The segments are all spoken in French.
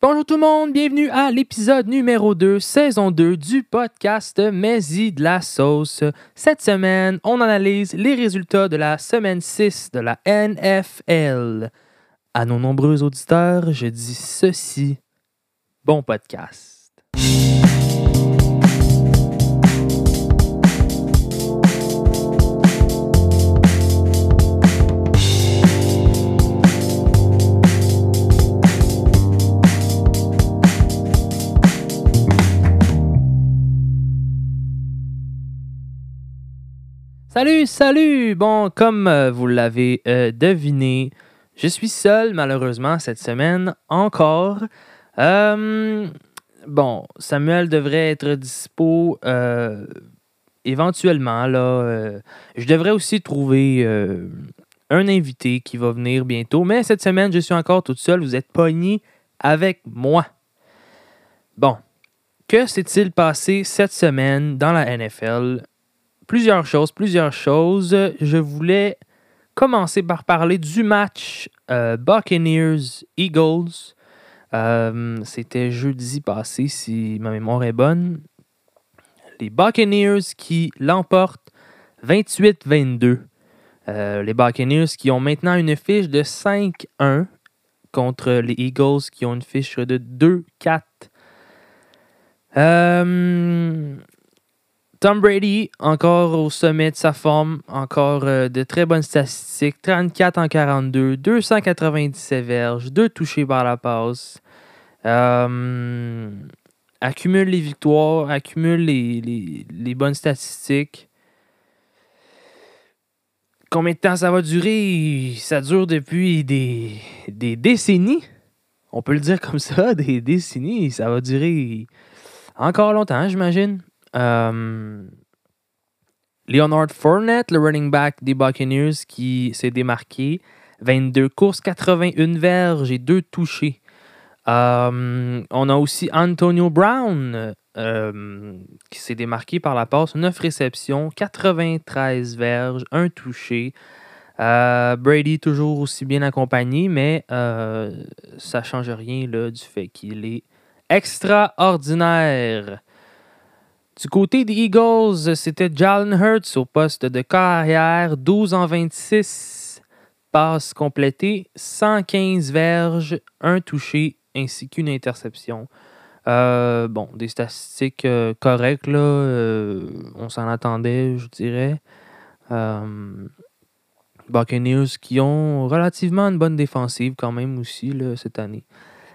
Bonjour tout le monde, bienvenue à l'épisode numéro 2, saison 2 du podcast Mais-y de la sauce. Cette semaine, on analyse les résultats de la semaine 6 de la NFL. À nos nombreux auditeurs, je dis ceci, bon podcast. Salut! Bon, comme vous l'avez deviné, je suis seul malheureusement cette semaine encore. Bon, Samuel devrait être dispo éventuellement. Là, je devrais aussi trouver un invité qui va venir bientôt, mais cette semaine, je suis encore toute seule. Vous êtes pognés avec moi. Bon, que s'est-il passé cette semaine dans la NFL? Plusieurs choses. Je voulais commencer par parler du match Buccaneers-Eagles. C'était jeudi passé, si ma mémoire est bonne. Les Buccaneers qui l'emportent 28-22. Les Buccaneers qui ont maintenant une fiche de 5-1 contre les Eagles qui ont une fiche de 2-4. Tom Brady, encore au sommet de sa forme, encore de très bonnes statistiques, 34 en 42, 297 verges, 2 touchés par la passe. Accumule les victoires, accumule les bonnes statistiques. Combien de temps ça va durer? Ça dure depuis des décennies. On peut le dire comme ça, des décennies. Ça va durer encore longtemps, j'imagine. Leonard Fournette, le running back des Buccaneers, qui s'est démarqué. 22 courses, 81 verges et 2 touchés. On a aussi Antonio Brown, qui s'est démarqué par la passe. 9 réceptions, 93 verges, 1 touché. Brady toujours aussi bien accompagné, mais ça ne change rien là, du fait qu'il est extraordinaire. Du côté des Eagles, c'était Jalen Hurts au poste de carrière, 12 en 26 passes complétées, 115 verges, 1 touché ainsi qu'une interception. Bon, des statistiques correctes, là, on s'en attendait, je dirais. Buccaneers qui ont relativement une bonne défensive quand même aussi là, cette année.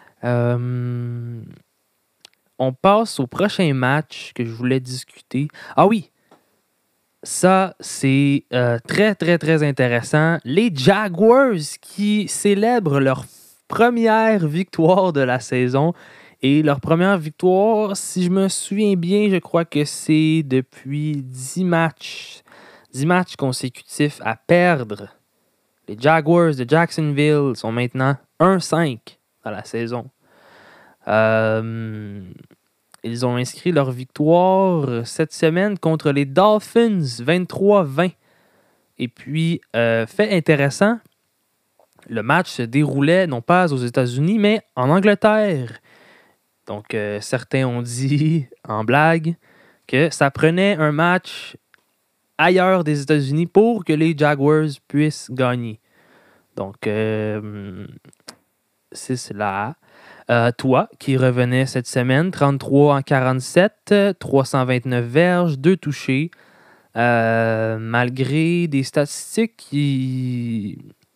On passe au prochain match que je voulais discuter. Ah oui, ça c'est très, très, très intéressant. Les Jaguars qui célèbrent leur première victoire de la saison. Et leur première victoire, si je me souviens bien, je crois que c'est depuis 10 matchs consécutifs à perdre. Les Jaguars de Jacksonville sont maintenant 1-5 dans la saison. Ils ont inscrit leur victoire cette semaine contre les Dolphins, 23-20. Et puis, fait intéressant, le match se déroulait non pas aux États-Unis, mais en Angleterre. Donc, certains ont dit, en blague, que ça prenait un match ailleurs des États-Unis pour que les Jaguars puissent gagner. Donc, c'est cela. Toi, qui revenais cette semaine, 33 en 47, 329 verges, 2 touchés, malgré des statistiques qui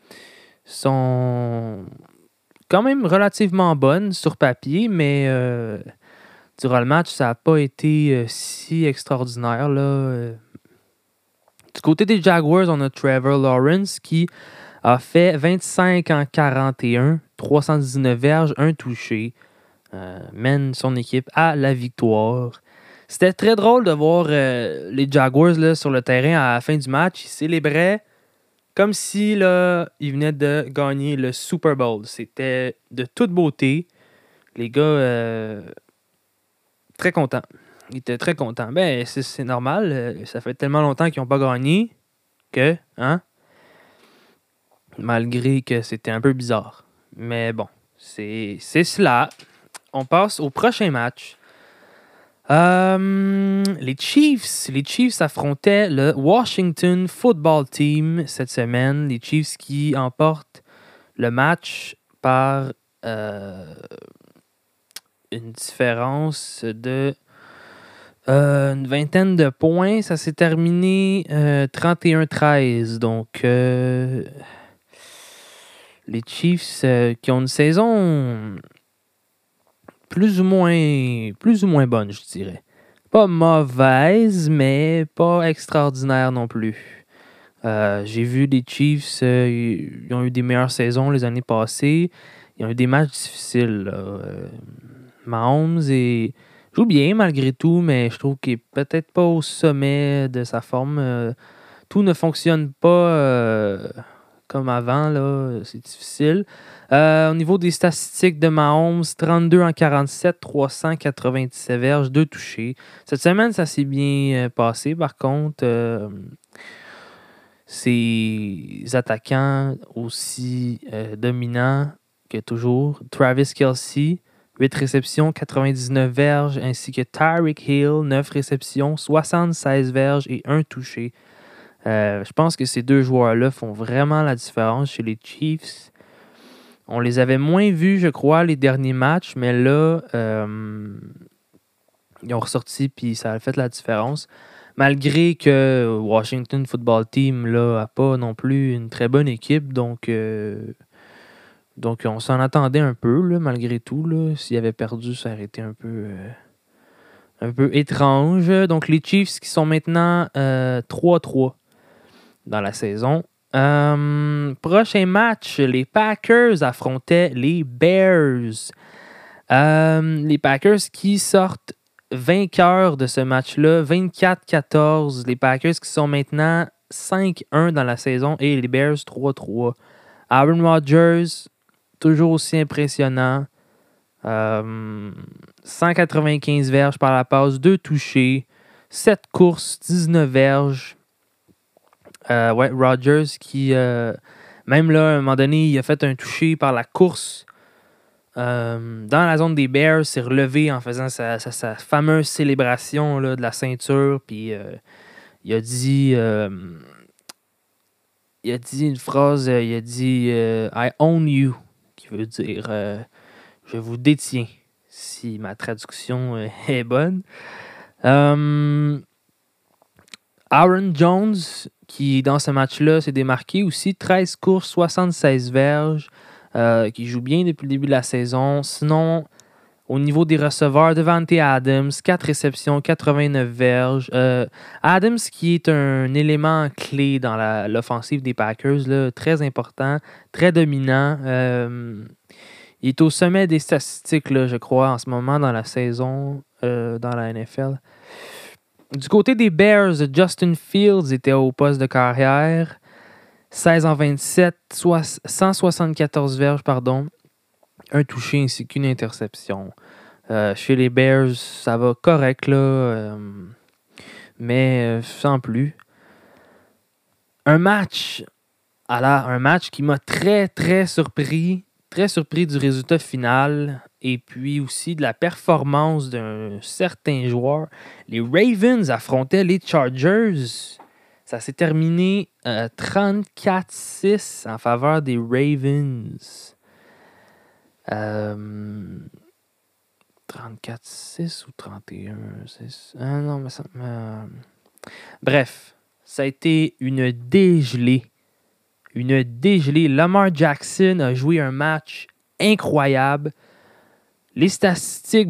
sont quand même relativement bonnes sur papier, mais durant le match, ça n'a pas été si extraordinaire. Là. Du côté des Jaguars, on a Trevor Lawrence qui a fait 25 en 41, 319 verges, 1 touché. Mène son équipe à la victoire. C'était très drôle de voir les Jaguars là, sur le terrain à la fin du match. Ils célébraient comme si là, ils venaient de gagner le Super Bowl. C'était de toute beauté. Les gars, très contents. Ils étaient très contents. Ben, c'est normal. Ça fait tellement longtemps qu'ils n'ont pas gagné que, hein? Malgré que c'était un peu bizarre. Mais bon, c'est cela. on passe au prochain match. Les Chiefs affrontaient le Washington Football Team cette semaine. Les Chiefs qui emportent le match par une différence de une vingtaine de points. Ça s'est terminé 31-13. Donc, les Chiefs qui ont une saison plus ou moins bonne, je dirais. Pas mauvaise, mais pas extraordinaire non plus. J'ai vu les Chiefs, ils ont eu des meilleures saisons les années passées. Ils ont eu des matchs difficiles. Mahomes joue bien malgré tout, mais je trouve qu'il est peut-être pas au sommet de sa forme. Tout ne fonctionne pas comme avant, là. C'est difficile. Au niveau des statistiques de Mahomes, 32 en 47, 397 verges, 2 touchés. Cette semaine, ça s'est bien passé. Par contre, ses attaquants aussi dominants que toujours. Travis Kelce, 8 réceptions, 99 verges, ainsi que Tyreek Hill, 9 réceptions, 76 verges et 1 touché. Je pense que ces deux joueurs-là font vraiment la différence chez les Chiefs. On les avait moins vus, je crois, les derniers matchs, mais là, ils ont ressorti et ça a fait la différence. Malgré que Washington Football Team n'a pas non plus une très bonne équipe, donc on s'en attendait un peu, là, malgré tout. Là. S'ils avaient perdu, ça aurait été un peu étrange. Donc les Chiefs qui sont maintenant 3-3 dans la saison. Prochain match, les Packers affrontaient les Bears. Les Packers qui sortent vainqueurs de ce match-là, 24-14. Les Packers qui sont maintenant 5-1 dans la saison et les Bears 3-3. Aaron Rodgers, toujours aussi impressionnant. 195 verges par la passe, 2 touchés, 7 courses, 19 verges. Rodgers qui, même là, à un moment donné, il a fait un touché par la course dans la zone des Bears, s'est relevé en faisant sa fameuse célébration là, de la ceinture, puis il a dit une phrase, il a dit I own you, qui veut dire je vous détiens, si ma traduction est bonne. Aaron Jones, qui dans ce match-là s'est démarqué aussi, 13 courses, 76 verges, qui joue bien depuis le début de la saison. Sinon, au niveau des receveurs, Davante Adams, 4 réceptions, 89 verges. Adams qui est un élément clé dans l'offensive des Packers, là, très important, très dominant. Il est au sommet des statistiques, là, je crois, en ce moment dans la saison, dans la NFL. Du côté des Bears, Justin Fields était au poste de carrière. 16 en 27, 174 verges, un touché ainsi qu'une interception. Chez les Bears, ça va correct, là, mais sans plus. Un match qui m'a très, très surpris du résultat final et puis aussi de la performance d'un certain joueur. Les Ravens affrontaient les Chargers. Ça s'est terminé 34-6 en faveur des Ravens. 34-6 ou 31-6? Non, mais ça... Bref, ça a été une dégelée. Lamar Jackson a joué un match incroyable. Les statistiques,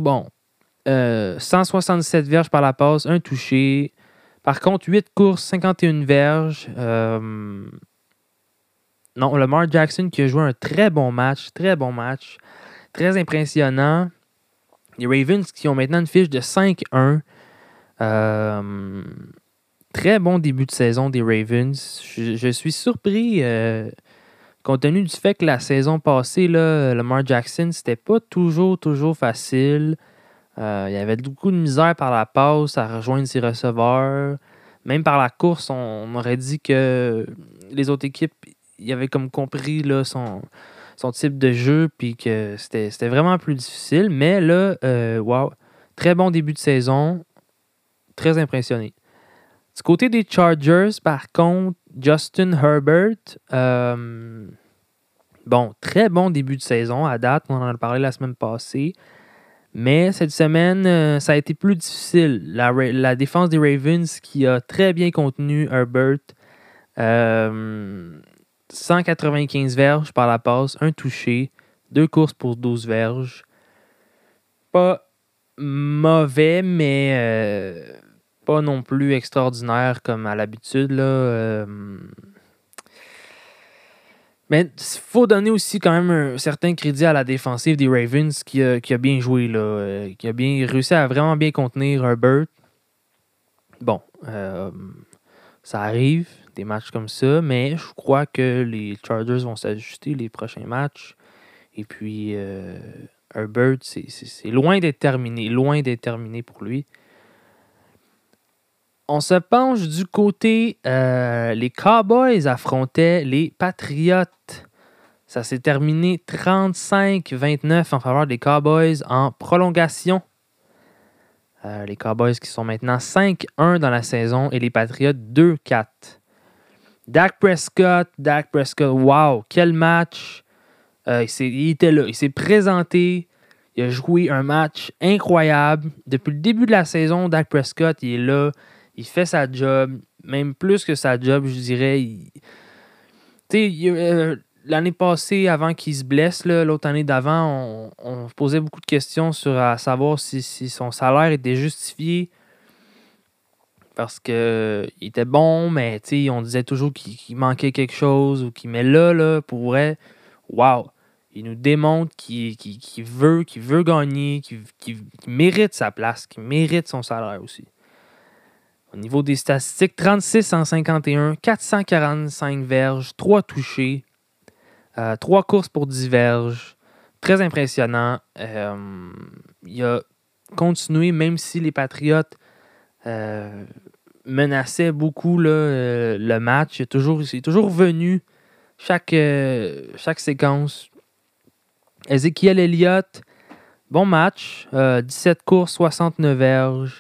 167 verges par la passe, un touché. Par contre, 8 courses, 51 verges. Lamar Jackson qui a joué un très bon match. Très impressionnant. Les Ravens qui ont maintenant une fiche de 5-1. Très bon début de saison des Ravens. Je suis surpris, compte tenu du fait que la saison passée, là, Lamar Jackson, c'était pas toujours facile. Il y avait beaucoup de misère par la passe à rejoindre ses receveurs. Même par la course, on aurait dit que les autres équipes, ils avaient comme compris là, son type de jeu, puis que c'était vraiment plus difficile. Mais là, wow, très bon début de saison, très impressionné. Du côté des Chargers, par contre, Justin Herbert, bon, très bon début de saison à date, on en a parlé la semaine passée. Mais cette semaine, ça a été plus difficile. La défense des Ravens qui a très bien contenu Herbert. 195 verges par la passe, un touché, 2 courses pour 12 verges. Pas mauvais, mais pas non plus extraordinaire comme à l'habitude. Mais il faut donner aussi quand même un certain crédit à la défensive des Ravens qui a bien joué, qui a bien réussi à vraiment bien contenir Herbert. Bon, ça arrive, des matchs comme ça, mais je crois que les Chargers vont s'ajuster les prochains matchs. Et puis, Herbert, c'est loin d'être terminé pour lui. On se penche du côté, les Cowboys affrontaient les Patriots. Ça s'est terminé 35-29 en faveur des Cowboys en prolongation. Les Cowboys qui sont maintenant 5-1 dans la saison et les Patriots 2-4. Dak Prescott, wow, quel match. Il était là, il s'est présenté, il a joué un match incroyable. Depuis le début de la saison, Dak Prescott, il est là, il fait sa job, même plus que sa job, je dirais. L'année passée, avant qu'il se blesse, l'autre année d'avant, on posait beaucoup de questions sur à savoir si son salaire était justifié. Parce qu'il était bon, mais on disait toujours qu'il manquait quelque chose. Mais là, pour vrai, wow! Il nous démontre qu'il veut gagner, qu'il mérite sa place, qu'il mérite son salaire aussi. Au niveau des statistiques, 36 en 51, 445 verges, 3 touchés, 3 courses pour 10 verges. Très impressionnant. Il a continué, même si les Patriots menaçaient beaucoup le match. Il est toujours venu chaque séquence. Ezekiel Elliott, bon match. 17 courses, 69 verges.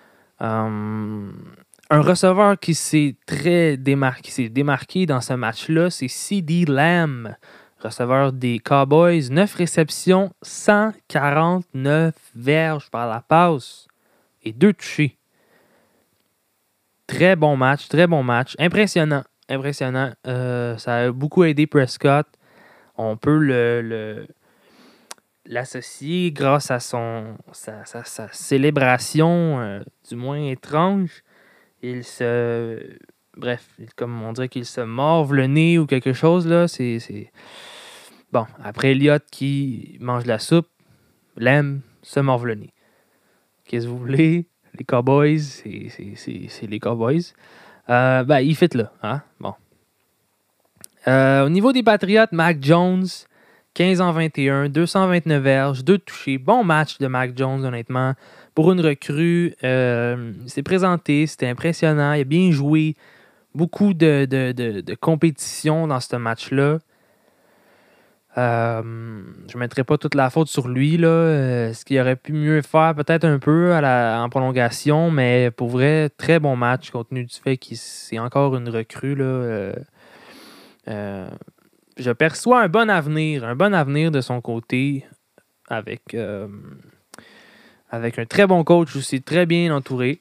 Un receveur qui s'est démarqué dans ce match-là, c'est CeeDee Lamb, receveur des Cowboys. 9 réceptions, 149 verges par la passe et 2 touchés. Très bon match. Impressionnant. Ça a beaucoup aidé Prescott. On peut l'associer grâce à sa célébration, du moins étrange. Comme on dirait qu'il se morve le nez ou quelque chose, là. C'est... Bon, après Elliott qui mange la soupe, Lamb se morve le nez. Qu'est-ce que vous voulez? Les Cowboys, c'est les Cowboys. Il fit là, hein? Bon. Au niveau des Patriots, Mac Jones, 15 en 21, 229 verges, 2 touchés. Bon match de Mac Jones, honnêtement. Pour une recrue, il s'est présenté, c'était impressionnant. Il a bien joué. Beaucoup de compétition dans ce match-là. Je ne mettrai pas toute la faute sur lui. Ce qu'il aurait pu mieux faire, peut-être un peu en prolongation, mais pour vrai, très bon match, compte tenu du fait qu'il c'est encore une recrue. Je perçois un bon avenir de son côté avec un très bon coach aussi, très bien entouré.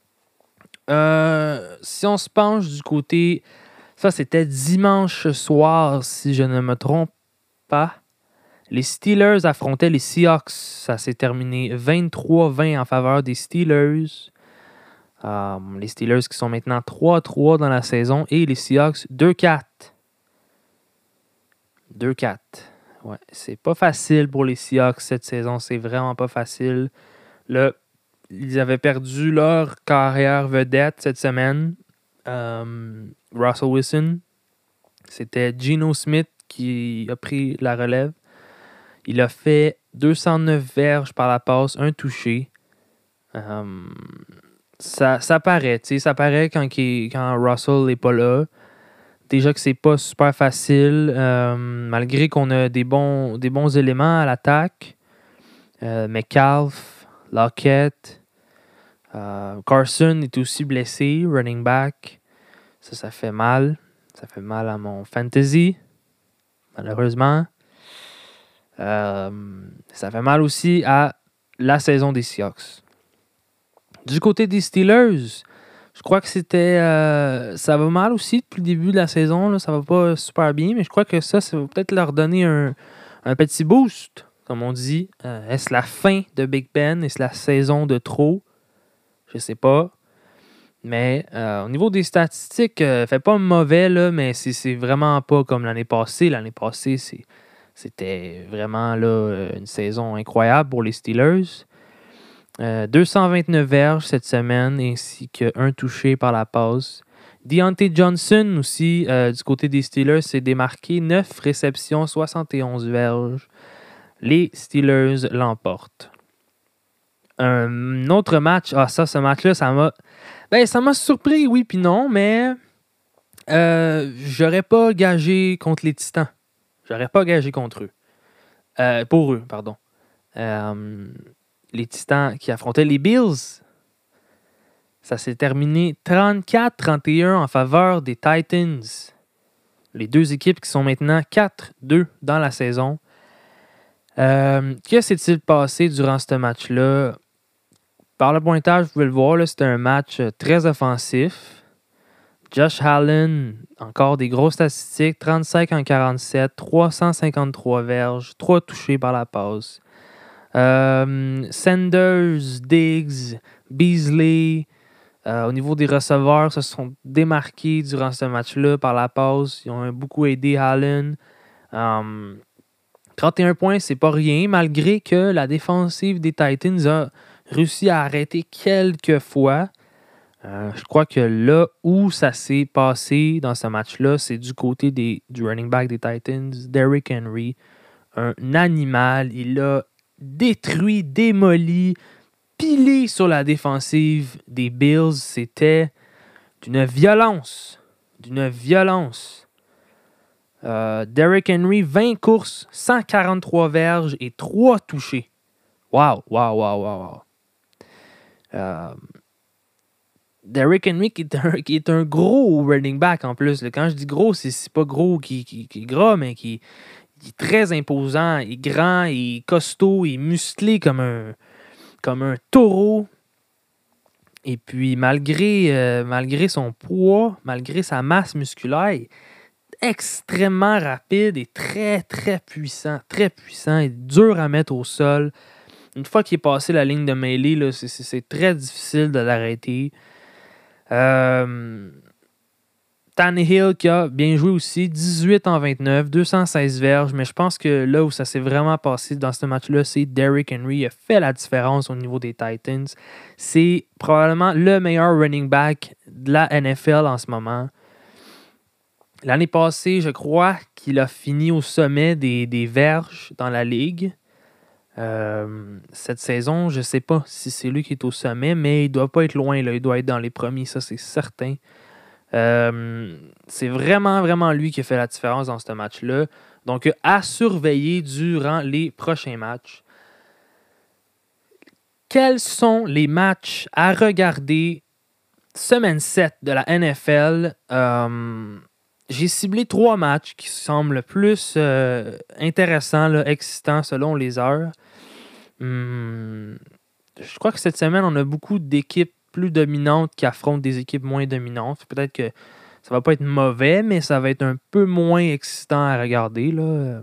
Si on se penche du côté... Ça, c'était dimanche soir, si je ne me trompe pas. Les Steelers affrontaient les Seahawks. Ça s'est terminé 23-20 en faveur des Steelers. Les Steelers qui sont maintenant 3-3 dans la saison et les Seahawks 2-4. 2-4. Ouais, c'est pas facile pour les Seahawks cette saison. C'est vraiment pas facile. Là, ils avaient perdu leur carrière vedette cette semaine. Russell Wilson. C'était Geno Smith qui a pris la relève. Il a fait 209 verges par la passe, un touché. Ça paraît, tu sais, ça paraît quand Russell n'est pas là. Déjà que c'est pas super facile, malgré qu'on a des bons éléments à l'attaque. Metcalf, Lockett, Carson est aussi blessé, running back. Ça fait mal. Ça fait mal à mon fantasy, malheureusement. Ça fait mal aussi à la saison des Seahawks. Du côté des Steelers, je crois que ça va mal aussi depuis le début de la saison. Là, ça va pas super bien, mais je crois que ça va peut-être leur donner un petit boost, comme on dit. Est-ce la fin de Big Ben? Est-ce la saison de trop? Je sais pas. Mais au niveau des statistiques, fait pas mauvais, là, mais c'est vraiment pas comme l'année passée. L'année passée, c'était vraiment là, une saison incroyable pour les Steelers. 229 verges cette semaine, ainsi qu'un touché par la passe. Deontay Johnson aussi, du côté des Steelers, s'est démarqué. 9 réceptions, 71 verges. Les Steelers l'emportent. Un autre match, ce match-là, ça m'a surpris, oui puis non, mais j'aurais pas gagé contre les Titans. J'aurais pas gagé contre eux. Pour eux, pardon. Les Titans qui affrontaient les Bills. Ça s'est terminé 34-31 en faveur des Titans. Les deux équipes qui sont maintenant 4-2 dans la saison. Que s'est-il passé durant ce match-là? Par le pointage, vous pouvez le voir, là, c'était un match très offensif. Josh Allen, encore des grosses statistiques, 35 en 47, 353 verges, 3 touchés par la passe. Sanders, Diggs, Beasley, au niveau des receveurs, se sont démarqués durant ce match-là par la passe. Ils ont beaucoup aidé Allen. 31 points, c'est pas rien, malgré que la défensive des Titans a réussi à arrêter quelques fois. Je crois que là où ça s'est passé dans ce match-là, c'est du côté du running back des Titans, Derrick Henry. Un animal. Il a détruit, démoli, pilé sur la défensive des Bills. C'était d'une violence. D'une violence. Derrick Henry, 20 courses, 143 verges et 3 touchés. Wow. Derrick Henry qui est un gros running back en plus. Là. Quand je dis gros, c'est pas gros qui est gras, mais qui est très imposant, il est grand, il est costaud, il est musclé comme un taureau. Et puis malgré son poids, malgré sa masse musculaire, il est extrêmement rapide et très très puissant. Très puissant et dur à mettre au sol. Une fois qu'il est passé la ligne de mêlée, là, c'est très difficile de l'arrêter. Tannehill qui a bien joué aussi, 18 en 29, 216 verges, mais je pense que là où ça s'est vraiment passé dans ce match-là, c'est Derrick Henry qui a fait la différence au niveau des Titans. C'est probablement le meilleur running back de la NFL en ce moment. L'année passée, je crois qu'il a fini au sommet des verges dans la ligue. Cette saison, je ne sais pas si c'est lui qui est au sommet, mais il ne doit pas être loin. Là. Il doit être dans les premiers, ça c'est certain. C'est vraiment, vraiment lui qui a fait la différence dans ce match-là. Donc, à surveiller durant les prochains matchs. Quels sont les matchs à regarder semaine 7 de la NFL? J'ai ciblé 3 matchs qui semblent plus intéressants, là, excitants selon les heures. Je crois que cette semaine, on a beaucoup d'équipes plus dominantes qui affrontent des équipes moins dominantes. Peut-être que ça va pas être mauvais, mais ça va être un peu moins excitant à regarder. Là.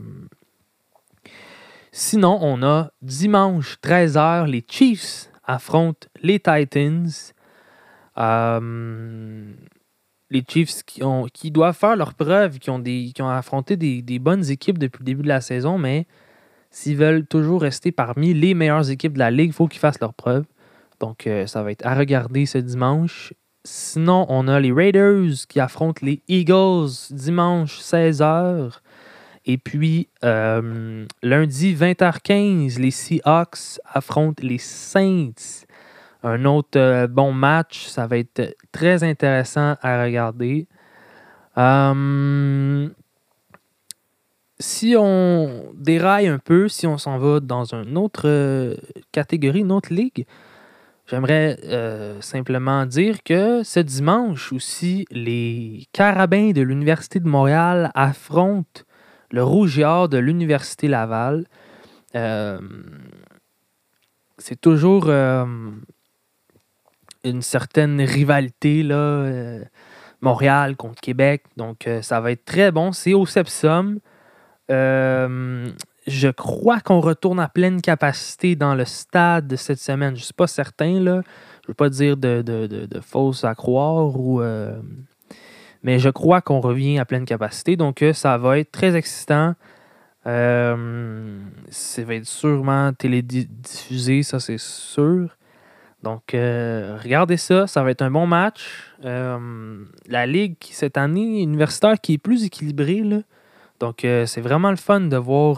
Sinon, on a dimanche 13h, les Chiefs affrontent les Titans. Les Chiefs qui doivent faire leurs preuves, qui ont affronté des bonnes équipes depuis le début de la saison, mais s'ils veulent toujours rester parmi les meilleures équipes de la Ligue, il faut qu'ils fassent leurs preuves. Donc, ça va être à regarder ce dimanche. Sinon, on a les Raiders qui affrontent les Eagles dimanche 16h. Et puis, lundi 20h15, les Seahawks affrontent les Saints. Un autre bon match, ça va être très intéressant à regarder. Si on déraille un peu, si on s'en va dans une autre catégorie, une autre ligue, j'aimerais simplement dire que ce dimanche aussi, les Carabins de l'Université de Montréal affrontent le Rouge et Or de l'Université Laval. C'est toujours une certaine rivalité, là, Montréal contre Québec. Donc, ça va être très bon. C'est au Sepsum. Je crois qu'on retourne à pleine capacité dans le stade cette semaine. Je ne suis pas certain, là. Je ne veux pas dire de fausses à croire, mais je crois qu'on revient à pleine capacité. Donc, ça va être très excitant. Ça va être sûrement télédiffusé, ça c'est sûr. Donc, regardez ça, ça va être un bon match. La ligue cette année universitaire qui est plus équilibrée, là. Donc, c'est vraiment le fun de voir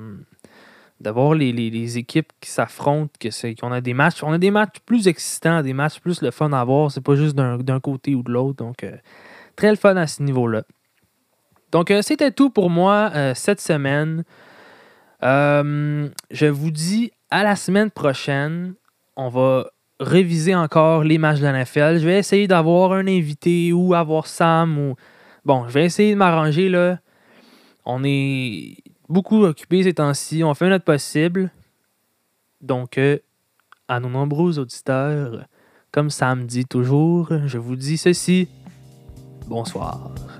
les équipes qui s'affrontent, qu'on a des matchs. On a des matchs plus excitants, des matchs plus le fun à voir. C'est pas juste d'un côté ou de l'autre. Donc, très le fun à ce niveau-là. Donc, c'était tout pour moi cette semaine. Je vous dis à la semaine prochaine. On va réviser encore les matchs de la NFL. Je vais essayer d'avoir un invité ou avoir Sam. Bon, je vais essayer de m'arranger, là. On est beaucoup occupés ces temps-ci. On fait notre possible. Donc, à nos nombreux auditeurs, comme Sam dit toujours, je vous dis ceci. Bonsoir.